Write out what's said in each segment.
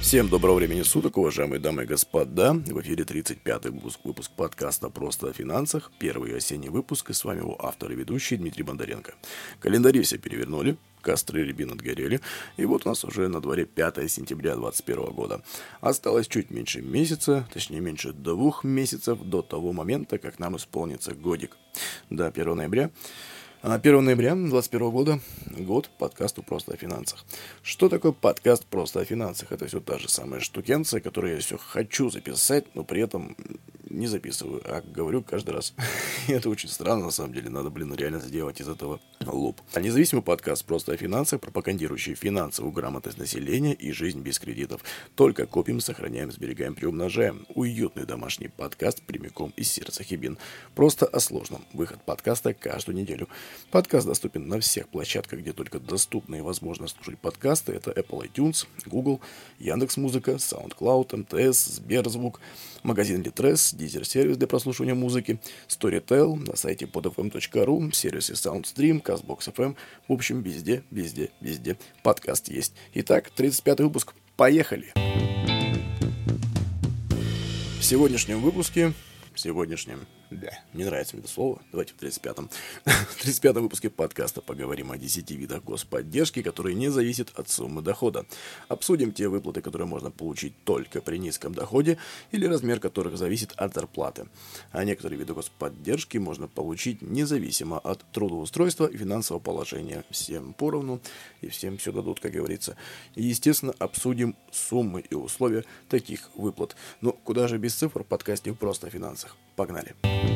Всем доброго времени суток, уважаемые дамы и господа. В эфире 35-й выпуск подкаста «Просто о финансах». Первый осенний выпуск, и с вами его автор и ведущий Дмитрий Бондаренко. Календари все перевернули, костры рябин отгорели, и вот у нас уже на дворе 5 сентября 2021 года. Осталось чуть меньше месяца, точнее меньше 2 месяцев до того момента, как нам исполнится годик. До 1 ноября. 1 ноября 2021 года, год подкасту «Просто о финансах». Что такое подкаст «Просто о финансах»? Это все та же самая штукенция, которую я все хочу записать, но при этом не записываю, а говорю каждый раз. И это очень странно, на самом деле. Надо, реально сделать из этого луп. А независимый подкаст «Просто о финансах», пропагандирующий финансовую грамотность населения и жизнь без кредитов. Только копим, сохраняем, сберегаем, приумножаем. Уютный домашний подкаст прямиком из сердца Хибин. Просто о сложном. Выход подкаста каждую неделю. Подкаст доступен на всех площадках, где только доступно и возможно слушать подкасты. Это Apple iTunes, Google, Яндекс.Музыка, SoundCloud, МТС, Сберзвук, магазин Litres, Deezer-сервис для прослушивания музыки, Storytel, на сайте podfm.ru, сервисе SoundStream, CastBox FM. В общем, везде подкаст есть. Итак, 35-й выпуск. Поехали! В сегодняшнем выпуске... не нравится мне это слово. Давайте в 35-м. В 35-м выпуске подкаста поговорим о 10 видах господдержки, которые не зависят от суммы дохода. Обсудим те выплаты, которые можно получить только при низком доходе или размер которых зависит от зарплаты. А некоторые виды господдержки можно получить независимо от трудоустройства и финансового положения. Всем поровну и всем все дадут, как говорится. И, естественно, обсудим суммы и условия таких выплат. Но куда же без цифр в подкасте «Просто о финансах». Погнали!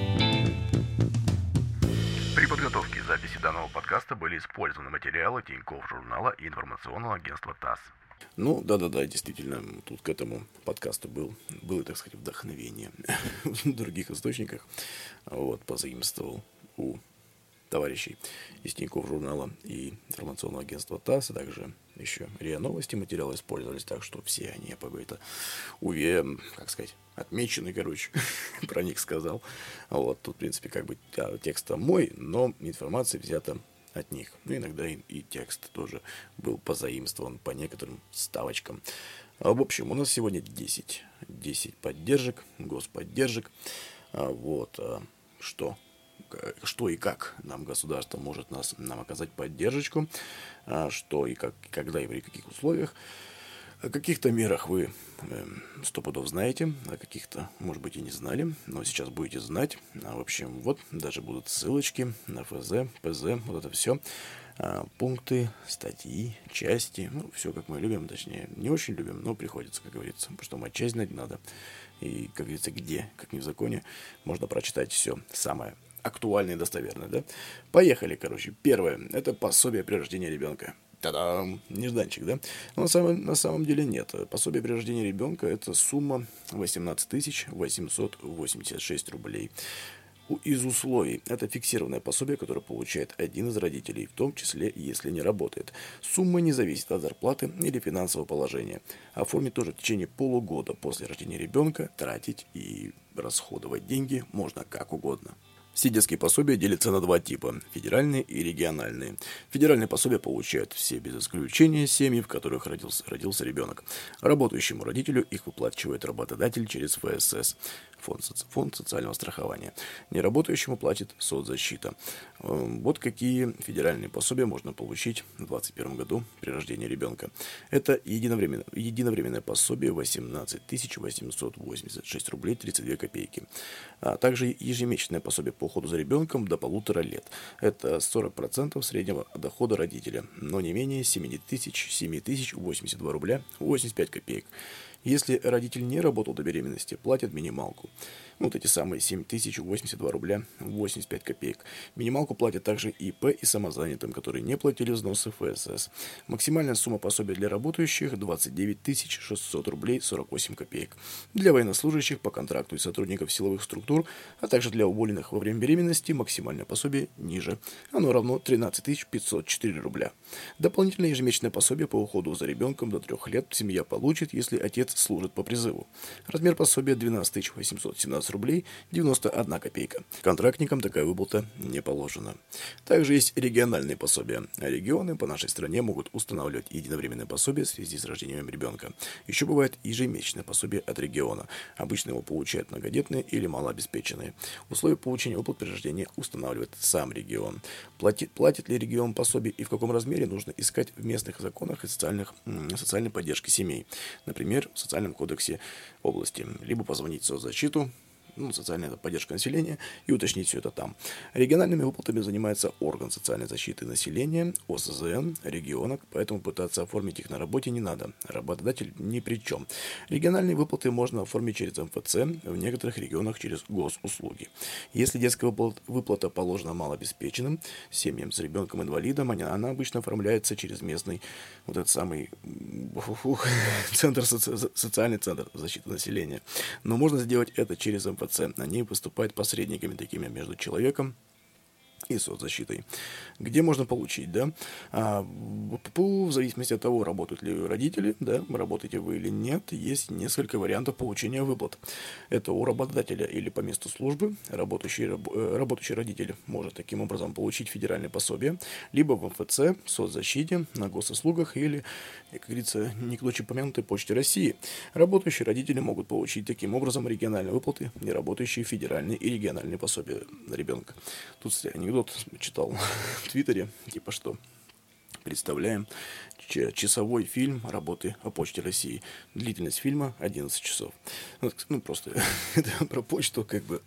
При подготовке и записи данного подкаста были использованы материалы Тинькофф журнала и информационного агентства ТАСС. Да, действительно, тут к этому подкасту было, так сказать, вдохновение в других источниках. Позаимствовал у товарищей из Тинькофф журнала и информационного агентства ТАСС, а также еще РИА Новости материалы использовались, так что все они, я по это отмечены, про них сказал. Тут, в принципе, текст мой, но информация взята от них. Иногда и текст тоже был позаимствован по некоторым ставочкам. В общем, у нас сегодня 10 поддержек, господдержек. Что и как нам государство может нам оказать поддержку, что и как, когда и при каких условиях. О каких-то мерах вы 100% знаете, о каких-то, может быть, и не знали, но сейчас будете знать. В общем, даже будут ссылочки на ФЗ, ПЗ, это все. Пункты, статьи, части, все как мы любим, точнее, не очень любим, но приходится, как говорится, потому что часть знать надо. И, как говорится, где, как не в законе, можно прочитать все самое актуальное и достоверное, да? Поехали, Первое, это пособие при рождении ребенка. Та-дам! Нежданчик, да? Но на самом деле нет. Пособие при рождении ребенка – это сумма 18 886 рублей. Из условий это фиксированное пособие, которое получает один из родителей, в том числе, если не работает. Сумма не зависит от зарплаты или финансового положения. Оформить тоже в течение полугода после рождения ребенка, тратить и расходовать деньги можно как угодно. Все детские пособия делятся на 2 типа – федеральные и региональные. Федеральные пособия получают все без исключения семьи, в которых родился ребенок. Работающему родителю их выплачивает работодатель через ФСС – фонд социального страхования. Неработающему платит соцзащита. Какие федеральные пособия можно получить в 2021 году при рождении ребенка. Это единовременное пособие 18 886 рублей 32 копейки. А также ежемесячное пособие по уходу за ребенком до 1,5 лет. Это 40% среднего дохода родителя, но не менее 7 082 рубля 85 копеек. Если родитель не работал до беременности, платят минималку. Эти самые 7082 рубля 85 копеек. Минималку платят также ИП и самозанятым, которые не платили взносы ФСС. Максимальная сумма пособия для работающих 29 600 рублей 48 копеек. Для военнослужащих по контракту и сотрудников силовых структур, а также для уволенных во время беременности максимальное пособие ниже. Оно равно 13 504 рубля. Дополнительное ежемесячное пособие по уходу за ребенком до 3 лет семья получит, если отец служит по призыву. Размер пособия 12 817 рублей 91 копейка. Контрактникам такая выплата не положена. Также есть региональные пособия. Регионы по нашей стране могут устанавливать единовременное пособие в связи с рождением ребенка. Еще бывает ежемесячное пособие от региона. Обычно его получают многодетные или малообеспеченные. Условия получения выплат при рождении устанавливает сам регион. Платит ли регион пособие и в каком размере, нужно искать в местных законах и социальной поддержки семей. Например, в Социальном кодексе области. Либо позвонить в соцзащиту, социальная поддержка населения, и уточнить все это там. Региональными выплатами занимается орган социальной защиты населения, ОСЗН, региона, поэтому пытаться оформить их на работе не надо. Работодатель ни при чем. Региональные выплаты можно оформить через МФЦ, в некоторых регионах через госуслуги. Если детская выплата положена малообеспеченным семьям с ребенком-инвалидом, она обычно оформляется через местный социальный центр защиты населения. Но можно сделать это через МФЦ. Они выступают посредниками такими между человеком и соцзащитой. Где можно получить, да? В зависимости от того, работают ли родители, да, работаете вы или нет, есть несколько вариантов получения выплат. Это у работодателя или по месту службы. Работающий родитель может таким образом получить федеральное пособие, либо в МФЦ, соцзащите, на госуслугах или, как говорится, не к ночи упомянутой Почте России. Работающие родители могут получить таким образом региональные выплаты, не работающие федеральные и региональные пособия на ребенка. Тут анекдот читал в Твиттере, типа что представляем часовой фильм работы о Почте России. Длительность фильма 11 часов. Просто это про почту, как бы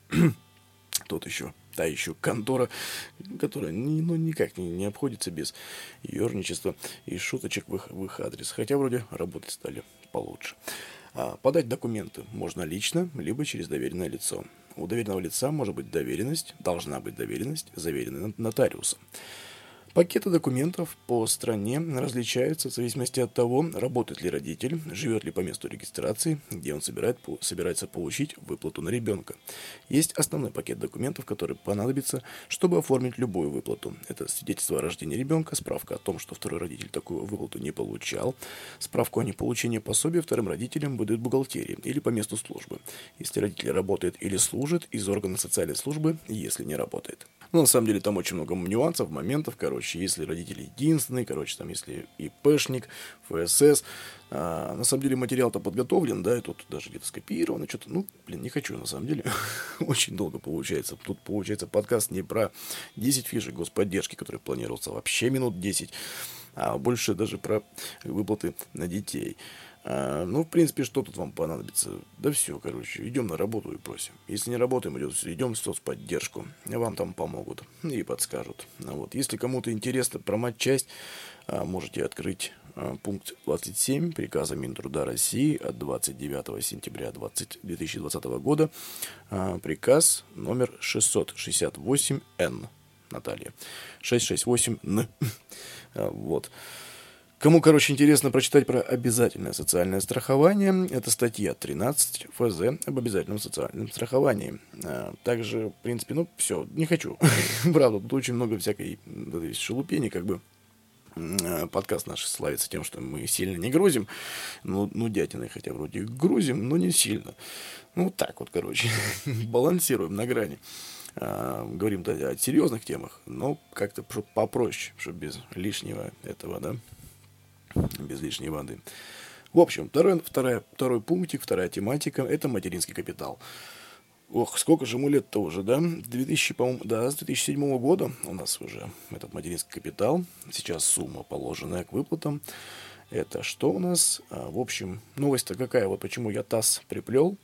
та еще контора, которая никак не обходится без ерничества и шуточек в их адрес. Хотя вроде работать стали получше. Подать документы можно лично, либо через доверенное лицо. У доверенного лица должна быть доверенность, заверенная нотариусом. Пакеты документов по стране различаются в зависимости от того, работает ли родитель, живет ли по месту регистрации, где он собирается получить выплату на ребенка. Есть основной пакет документов, который понадобится, чтобы оформить любую выплату. Это свидетельство о рождении ребенка, справка о том, что второй родитель такую выплату не получал, справку о неполучении пособия вторым родителям выдают бухгалтерии или по месту службы. Если родитель работает или служит, из органа социальной службы, если не работает. На самом деле там очень много нюансов, моментов, если родитель единственный, если ИПшник, ФСС. На самом деле материал-то подготовлен, да, и тут даже где-то скопировано, что-то, не хочу, на самом деле. Очень долго получается. Тут получается подкаст не про 10 фишек господдержки, который планировался вообще минут 10, а больше даже про выплаты на детей. В принципе, что тут вам понадобится? Да все, идем на работу и просим. Если не работаем, идем в соцподдержку. Вам там помогут и подскажут. Если кому-то интересно про матчасть, можете открыть пункт 27 приказа Минтруда России от 29 сентября 2020 года. Приказ номер 668-Н. Наталья. 668-Н. Кому, интересно прочитать про обязательное социальное страхование, это статья 13 ФЗ об обязательном социальном страховании. Также, в принципе, все, не хочу. Правда, тут очень много всякой шелупени, подкаст наш славится тем, что мы сильно не грузим. Нудятиной, хотя вроде грузим, но не сильно. Балансируем на грани. Говорим о серьезных темах, но как-то попроще, чтобы без лишнего этого, да? Без лишней воды. В общем, второй пунктик, вторая тематика – это материнский капитал. Сколько же ему лет-то уже, да? С 2007 года у нас уже этот материнский капитал. Сейчас сумма, положенная к выплатам. Это что у нас? В общем, новость-то какая? Почему я ТАСС приплел.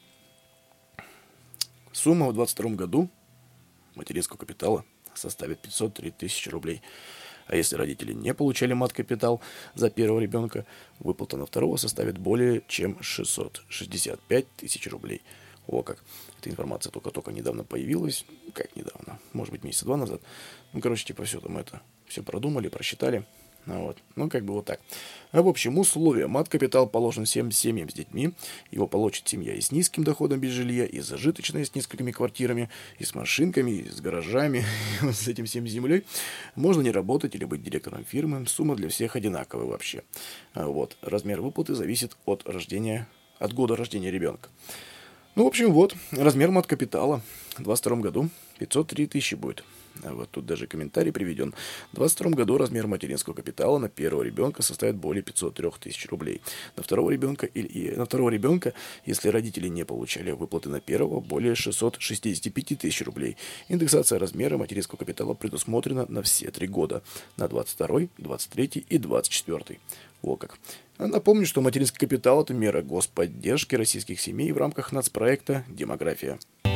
Сумма в 2022 году материнского капитала составит 503 тысячи рублей. А если родители не получали мат-капитал за первого ребенка, выплата на второго составит более чем 665 тысяч рублей. Как. Эта информация только недавно появилась. Как недавно? Может быть, месяца 2 назад. Все продумали, просчитали. Так. В общем, условия. Мат-капитал положен всем семьям с детьми. Его получит семья и с низким доходом без жилья, и зажиточная с несколькими квартирами, и с машинками, и с гаражами, и с этим всем землей. Можно не работать или быть директором фирмы. Сумма для всех одинаковая вообще. Размер выплаты зависит от от года рождения ребенка. Ну, в общем, вот, размер мат-капитала в 2022 году 503 тысячи будет. А вот тут даже комментарий приведен. В 2022 году размер материнского капитала на первого ребенка составит более 503 тысяч рублей. На второго ребенка, если родители не получали выплаты на первого, более 665 тысяч рублей. Индексация размера материнского капитала предусмотрена на все 3 года. На 22, 23 и 24. О как. Напомню, что материнский капитал – это мера господдержки российских семей в рамках нацпроекта «Демография».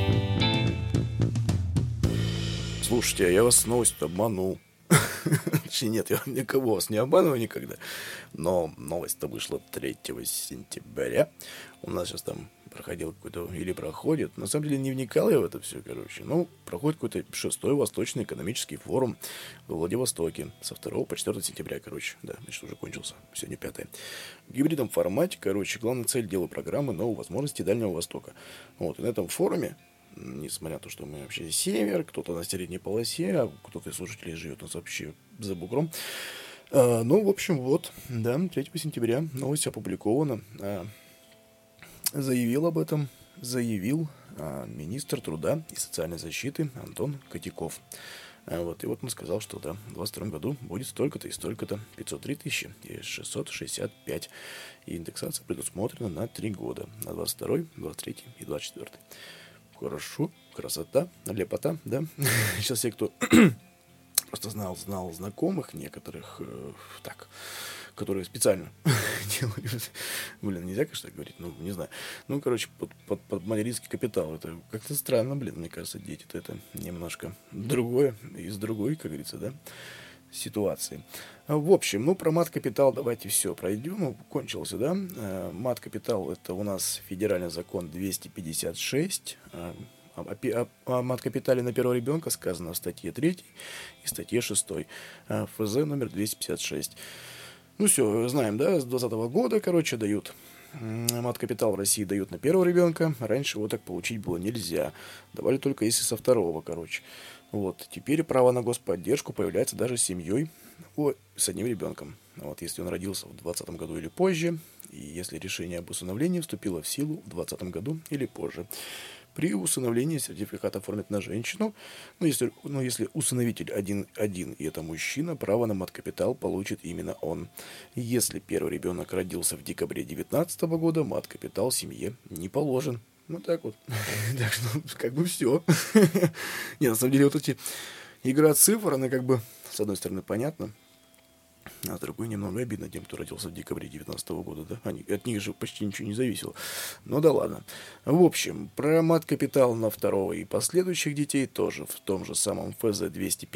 Слушайте, а я вас с новостью обманул. Точнее, нет, я никого вас не обманываю никогда. Но новость-то вышла 3 сентября. У нас сейчас там проходил какой-то, или проходит. На самом деле не вникал я в это все, короче. Ну, проходит какой-то 6-й Восточный экономический форум во Владивостоке. Со 2 по 4 сентября, короче. Да, значит, уже кончился. Сегодня 5. В гибридном формате, короче, главная цель дела программы новые возможности Дальнего Востока. Вот, и на этом форуме, несмотря на то, что мы вообще север, кто-то на средней полосе, а кто-то из слушателей живет у нас вообще за бугром. Ну, в общем, вот, да, 3 сентября новость опубликована. Заявил об этом, министр труда и социальной защиты Антон Котяков. Вот, и вот он сказал, что да, в 2022 году будет столько-то и столько-то, 503 тысячи и 665. И индексация предусмотрена на 3 года, на 22, 23 и 24. Хорошо, красота, лепота, да. Сейчас все, кто просто знал знакомых некоторых, так, которые специально делали. Блин, нельзя, конечно, так говорить, ну, не знаю. Ну, короче, под материнский капитал. Это как-то странно, блин, мне кажется, дети-то это немножко другое, из другой, как говорится, да, ситуации. В общем, ну, про мат-капитал давайте все пройдем. Ну, кончился, да. Мат-капитал — это у нас федеральный закон 256. О мат-капитале на первого ребенка сказано в статье 3 и статье 6. ФЗ номер 256. Ну, все, знаем, да, с 2020 года, короче, дают. Мат-капитал в России дают на первого ребенка. Раньше его так получить было нельзя. Давали только если со второго, короче. Вот. Теперь право на господдержку появляется даже с семьей с одним ребенком. Вот. Если он родился в 2020 году или позже, и если решение об усыновлении вступило в силу в 2020 году или позже. При усыновлении сертификат оформят на женщину. Если усыновитель один, и это мужчина, право на мат-капитал получит именно он. Если первый ребенок родился в декабре 2019 года, мат-капитал семье не положен. Ну, так вот. Так что, как бы все. Не, на самом деле, вот эти игра цифр, она как бы, с одной стороны, понятна, а с другой немного обидно тем, кто родился в декабре 2019 года, да? От них же почти ничего не зависело. Ну да ладно. В общем, про мат-капитал на второго и последующих детей тоже в том же самом ФЗ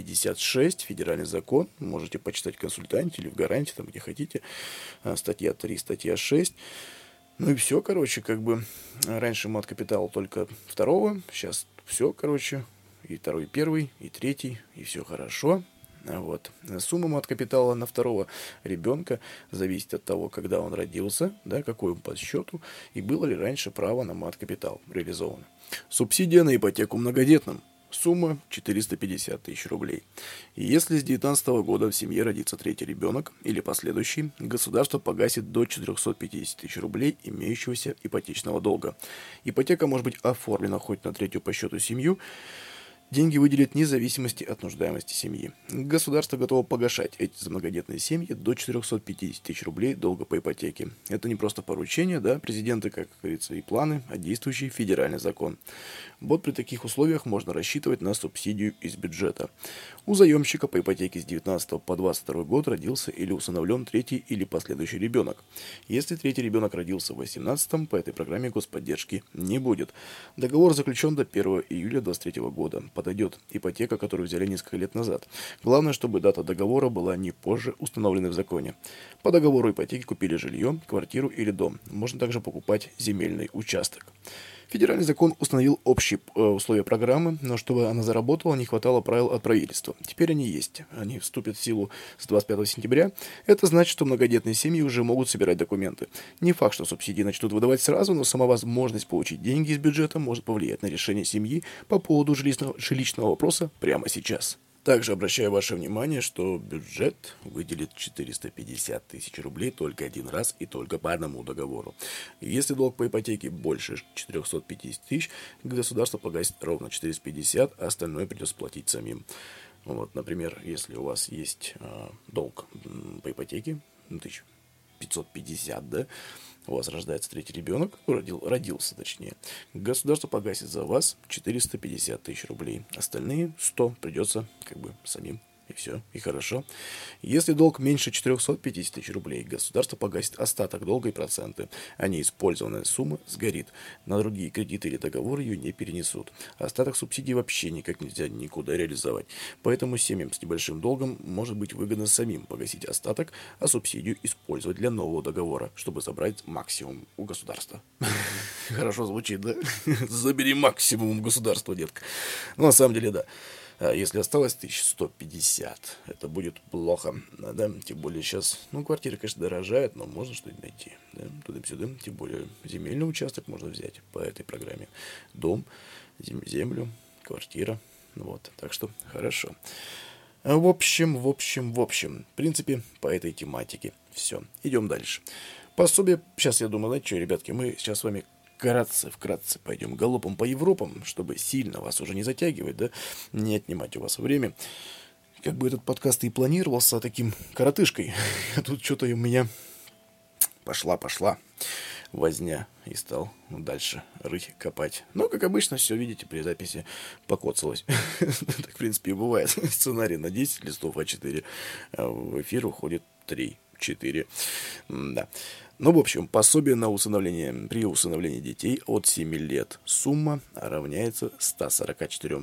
256, федеральный закон. Можете почитать в консультанте или в гарантии, там где хотите. Статья 3, статья 6. Ну и все, короче, как бы раньше мат-капитал только второго, сейчас все, короче, и второй, и первый, и третий, и все хорошо. Вот. Сумма мат-капитала на второго ребенка зависит от того, когда он родился, да, какой он по счету, и было ли раньше право на мат-капитал реализовано. Субсидия на ипотеку многодетным. Сумма 450 тысяч рублей. И если с 2019 года в семье родится третий ребенок или последующий, государство погасит до 450 тысяч рублей имеющегося ипотечного долга. Ипотека может быть оформлена хоть на третью по счету семью. Деньги выделят вне зависимости от нуждаемости семьи. Государство готово погашать эти за многодетные семьи до 450 тысяч рублей долга по ипотеке. Это не просто поручение, да, президента, как говорится, и планы, а действующий федеральный закон. Вот при таких условиях можно рассчитывать на субсидию из бюджета. У заемщика по ипотеке с 19 по 22 год родился или усыновлен третий или последующий ребенок. Если третий ребенок родился в 18 по этой программе господдержки не будет. Договор заключен до 1 июля 2023 года. Подойдет ипотека, которую взяли несколько лет назад. Главное, чтобы дата договора была не позже установленной в законе. По договору ипотеки купили жилье, квартиру или дом. Можно также покупать земельный участок. Федеральный закон установил общие условия программы, но чтобы она заработала, не хватало правил от правительства. Теперь они есть. Они вступят в силу с 25 сентября. Это значит, что многодетные семьи уже могут собирать документы. Не факт, что субсидии начнут выдавать сразу, но сама возможность получить деньги из бюджета может повлиять на решение семьи по поводу жилищного вопроса прямо сейчас. Также обращаю ваше внимание, что бюджет выделит 450 тысяч рублей только один раз и только по одному договору. Если долг по ипотеке больше 450 тысяч, государство погасит ровно 450, а остальное придется платить самим. Вот, например, если у вас есть долг по ипотеке, 1550, да, у вас рождается третий ребенок, родился точнее, государство погасит за вас 450 тысяч рублей. Остальные 100 придется самим. И все, и хорошо. Если долг меньше 450 тысяч рублей, государство погасит остаток долга и проценты, а неиспользованная сумма сгорит. На другие кредиты или договоры ее не перенесут. Остаток субсидий вообще никак нельзя никуда реализовать. Поэтому семьям с небольшим долгом может быть выгодно самим погасить остаток, а субсидию использовать для нового договора, чтобы забрать максимум у государства. Хорошо звучит, да? Забери максимум у государства, детка. Ну, на самом деле, да. Если осталось 1150, это будет плохо, да, тем более сейчас, квартиры, конечно, дорожают, но можно что-нибудь найти, да, туда-сюда, тем более земельный участок можно взять по этой программе, дом, землю, квартира, вот, так что хорошо. В общем, в принципе, по этой тематике все, идем дальше. Пособие, сейчас я думаю, знаете что, ребятки, мы сейчас с вами вкратце пойдем галопом по Европам, чтобы сильно вас уже не затягивать, да, не отнимать у вас время. Этот подкаст и планировался таким коротышкой, а тут что-то у меня пошла возня и стал дальше рыть, копать. Но, как обычно, все, видите, при записи покоцалось. Так, в принципе, и бывает. Сценарий на 10 листов А4, а в эфир уходит 3-4. Да. В общем, пособие при усыновлении детей от 7 лет. Сумма равняется 144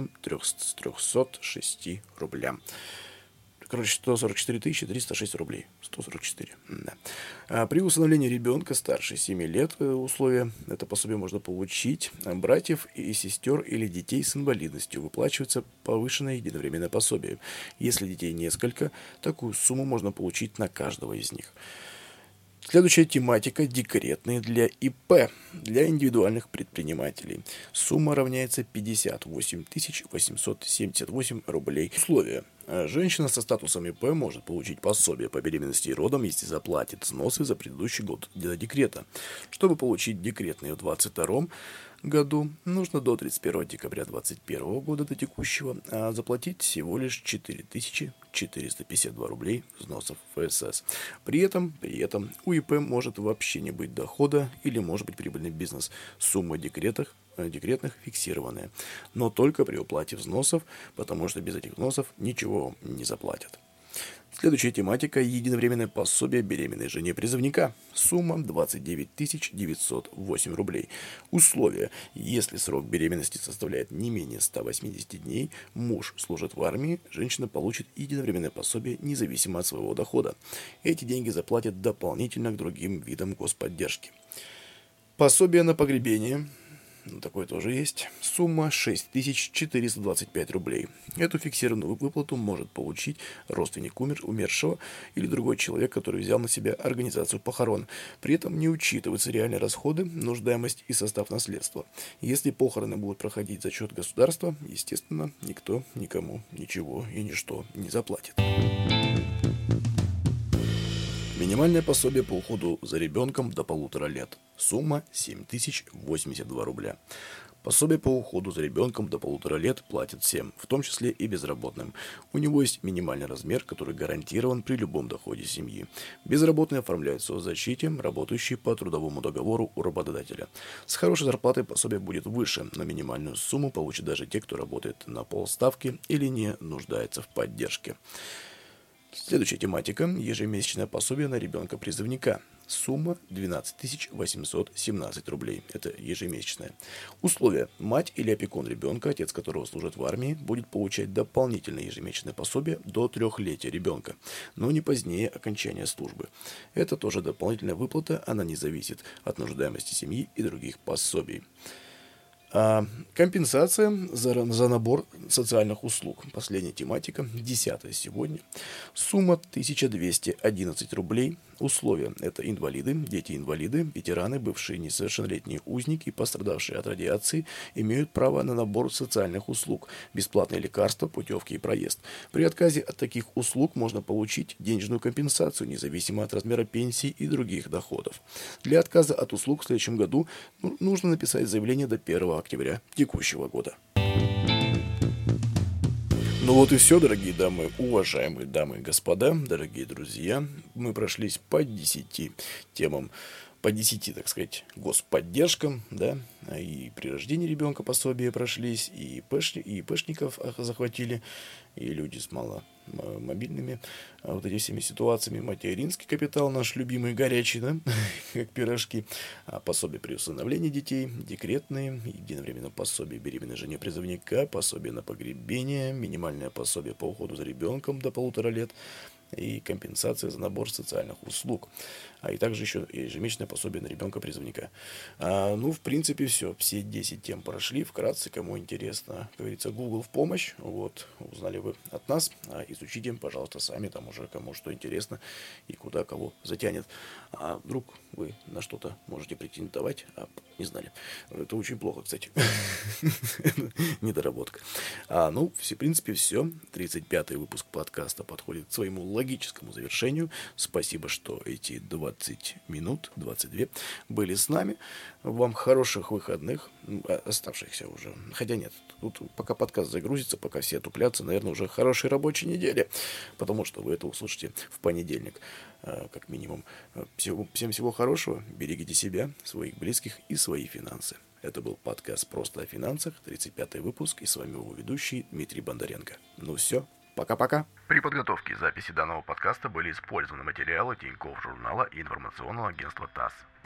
306 рублям. 144 306 рублей. 144. Да. При усыновлении ребенка старше 7 лет условия это пособие можно получить. Братьев и сестер или детей с инвалидностью выплачивается повышенное единовременное пособие. Если детей несколько, такую сумму можно получить на каждого из них. Следующая тематика – декретные для ИП, для индивидуальных предпринимателей. Сумма равняется 58 878 рублей. Условия. Женщина со статусом ИП может получить пособие по беременности и родам, если заплатит взносы за предыдущий год для декрета. Чтобы получить декретные в 2022 году, нужно до 31 декабря 2021 года до текущего заплатить всего лишь 4452 рублей взносов ФСС. При этом у ИП может вообще не быть дохода или может быть прибыльный бизнес. Сумма декретных фиксированная, но только при уплате взносов, потому что без этих взносов ничего не заплатят. Следующая тематика – единовременное пособие беременной жене призывника. Сумма 29 908 рублей. Условия. Если срок беременности составляет не менее 180 дней, муж служит в армии, женщина получит единовременное пособие независимо от своего дохода. Эти деньги заплатят дополнительно к другим видам господдержки. Пособие на погребение. Такое тоже есть. Сумма 6425 рублей. Эту фиксированную выплату может получить родственник умершего или другой человек, который взял на себя организацию похорон. При этом не учитываются реальные расходы, нуждаемость и состав наследства. Если похороны будут проходить за счет государства, естественно, никто никому ничего и ничто не заплатит. Минимальное пособие по уходу за ребенком до 1,5 лет. Сумма 7082 рубля. Пособие по уходу за ребенком до 1,5 лет платят всем, в том числе и безработным. У него есть минимальный размер, который гарантирован при любом доходе семьи. Безработные оформляют в соцзащите, работающие по трудовому договору у работодателя. С хорошей зарплатой пособие будет выше, но минимальную сумму получат даже те, кто работает на полставки или не нуждается в поддержке. Следующая тематика – ежемесячное пособие на ребенка-призывника. Сумма 12 817 рублей. Это ежемесячное. Условия. Мать или опекун ребенка, отец которого служит в армии, будет получать дополнительное ежемесячное пособие до 3-летия ребенка, но не позднее окончания службы. Это тоже дополнительная выплата, она не зависит от нуждаемости семьи и других пособий. Компенсация за набор социальных услуг. Последняя тематика, 10 сегодня. Сумма 1211 рублей. Условия. Это инвалиды, дети-инвалиды, ветераны, бывшие несовершеннолетние узники, пострадавшие от радиации, имеют право на набор социальных услуг, бесплатные лекарства, путевки и проезд. При отказе от таких услуг можно получить денежную компенсацию, независимо от размера пенсии и других доходов. Для отказа от услуг в следующем году нужно написать заявление до 1 октября текущего года. Ну вот и все, дорогие дамы, уважаемые дамы и господа, дорогие друзья. Мы прошлись по 10 темам, по 10, так сказать, господдержкам, да, и при рождении ребенка пособия прошлись, и ИПшников захватили, и люди с маломобильными, вот эти всеми ситуациями. Материнский капитал наш любимый, горячий, да, как пирожки, пособие при усыновлении детей, декретные, единовременно пособие беременной жене призывника, пособие на погребение, минимальное пособие по уходу за ребенком до 1,5 лет, и компенсация за набор социальных услуг. И также еще ежемесячное пособие на ребенка-призывника. В принципе, все 10 тем прошли. Вкратце, кому интересно, как говорится, Google в помощь. Вот, узнали вы от нас. Изучите, пожалуйста, сами, там уже кому что интересно и куда кого затянет. Вдруг вы на что-то можете претендовать, не знали. Это очень плохо, кстати. Недоработка. В принципе, все. 35-й выпуск подкаста подходит к своему логическому завершению. Спасибо, что эти 20 минут, 22, были с нами. Вам хороших выходных, оставшихся уже. Хотя нет, тут пока подкаст загрузится, пока все отуплятся, наверное, уже хорошей рабочей недели, потому что вы это услышите в понедельник, как минимум. Всем всего хорошего, берегите себя, своих близких и свои финансы. Это был подкаст «Просто о финансах», 35-й выпуск, и с вами его ведущий Дмитрий Бондаренко. Все, пока-пока. При подготовке и записи данного подкаста были использованы материалы Тинькофф журнала и информационного агентства ТАСС.